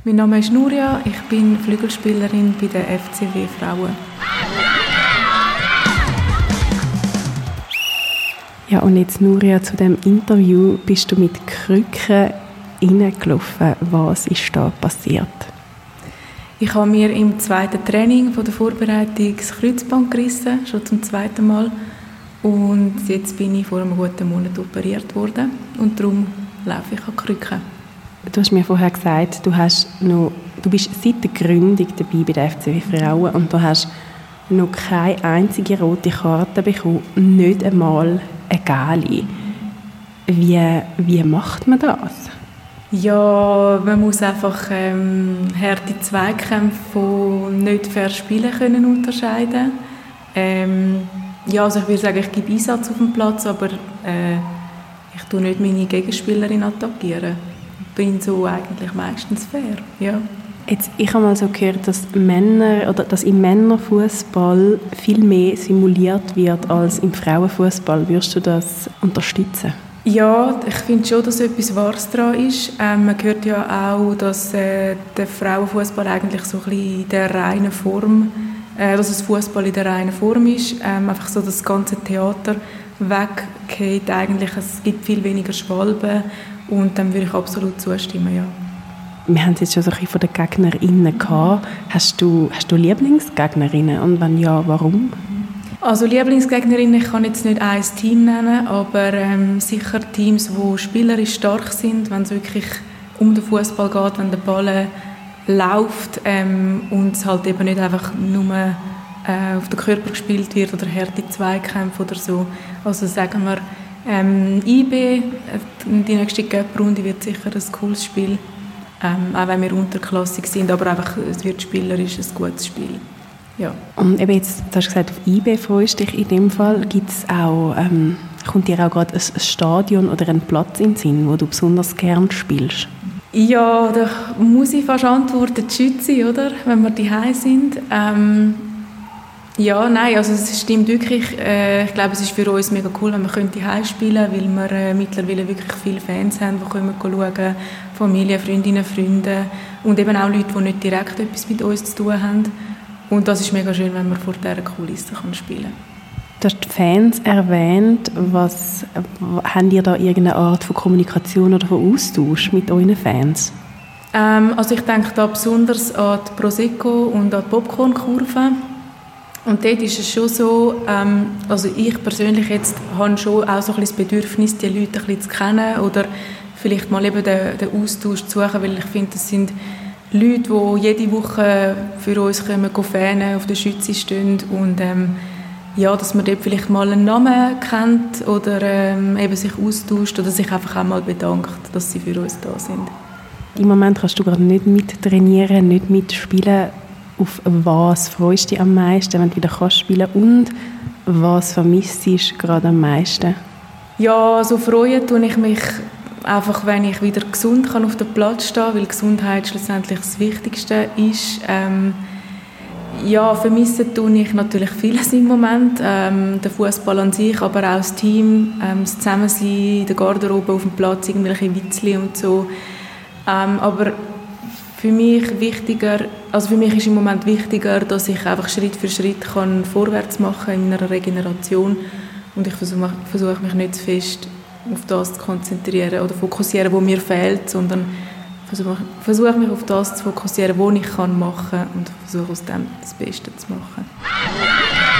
Mein Name ist Nuria, ich bin Flügelspielerin bei den FCW Frauen. Ja, und jetzt Nuria, zu dem Interview bist du mit Krücken reingelaufen. Was ist da passiert? Ich habe mir im zweiten Training von der Vorbereitung das Kreuzband gerissen, schon zum zweiten Mal. Und jetzt bin ich vor einem guten Monat operiert worden und darum laufe ich an Krücken. Du hast mir vorher gesagt, du bist seit der Gründung dabei bei der FCW Frauen und du hast noch keine einzige rote Karte bekommen, nicht einmal eine gelbe. Wie macht man das? Ja, man muss einfach harte Zweikämpfe von nicht fair spielen können unterscheiden. Also ich würde sagen, ich gebe Einsatz auf dem Platz, aber ich tue nicht meine Gegenspielerin attackieren. Ich bin so eigentlich meistens fair, ja. Jetzt, ich habe mal so gehört, dass im Männerfußball viel mehr simuliert wird als im Frauenfußball. Würdest du das unterstützen? Ja, ich finde schon, dass etwas Wahres daran ist. Man hört ja auch, dass der Frauenfußball eigentlich so ein bisschen in der reinen Form, dass es Fußball in der reinen Form ist. Einfach so das ganze Theater weggeht eigentlich. Es gibt viel weniger Schwalben und dann würde ich absolut zustimmen, ja. Wir haben es jetzt schon so ein bisschen von den GegnerInnen gehabt. Hast du Lieblingsgegnerinnen und wenn ja, warum? Also Lieblingsgegnerinnen, ich kann jetzt nicht ein Team nennen, aber sicher Teams, die spielerisch stark sind, wenn es wirklich um den Fußball geht, wenn der Ball läuft und es halt eben nicht einfach nur auf den Körper gespielt wird oder harte Zweikämpfe oder so. Also sagen wir, IB, die nächste Cup-Runde wird sicher ein cooles Spiel, auch wenn wir unterklassig sind, aber einfach, es wird spielerisch ein gutes Spiel. Ja. Und eben jetzt, du hast gesagt, auf IB freust du dich in dem Fall. Gibt's auch, kommt dir auch gerade ein Stadion oder ein Platz in den Sinn, wo du besonders gern spielst? Ja, da muss ich fast antworten, die Schütze, oder? Wenn wir daheim sind. Ja, nein, also es stimmt wirklich. Ich glaube, es ist für uns mega cool, wenn wir daheim spielen können, weil wir mittlerweile wirklich viele Fans haben, die kommen schauen, Familie, Freundinnen, Freunde und eben auch Leute, die nicht direkt etwas mit uns zu tun haben. Und das ist mega schön, wenn man vor dieser Kulisse spielen kann. Du hast die Fans erwähnt. Habt ihr da irgendeine Art von Kommunikation oder von Austausch mit euren Fans? Also ich denke da besonders an die Prosecco und an die Popcorn-Kurve. Und dort ist es schon so, also ich persönlich jetzt habe schon auch so ein bisschen das Bedürfnis, die Leute ein bisschen zu kennen oder vielleicht mal eben den Austausch zu suchen, weil ich finde, das sind Leute, die jede Woche für uns kommen, fanen, auf der Schütze stehen und dass man dort vielleicht mal einen Namen kennt oder eben sich austauscht oder sich einfach auch mal bedankt, dass sie für uns da sind. Im Moment kannst du gerade nicht mittrainieren, nicht mitspielen. Auf was freust du dich am meisten, wenn du wieder spielen kannst und was vermisst du gerade am meisten? Ja, so freuen tue ich mich einfach, wenn ich wieder gesund kann auf dem Platz stehen kann, weil Gesundheit schlussendlich das Wichtigste ist. Vermissen tue ich natürlich vieles im Moment. Den Fußball an sich, aber auch das Team, das Zusammensein, der Garderobe auf dem Platz, irgendwelche Witzli und so. Aber für mich ist im Moment wichtiger, dass ich einfach Schritt für Schritt vorwärts machen kann in meiner Regeneration und ich versuche mich nicht zu fest auf das zu konzentrieren oder fokussieren, was mir fehlt, sondern versuche mich auf das zu fokussieren, was ich machen kann und versuche aus dem das Beste zu machen.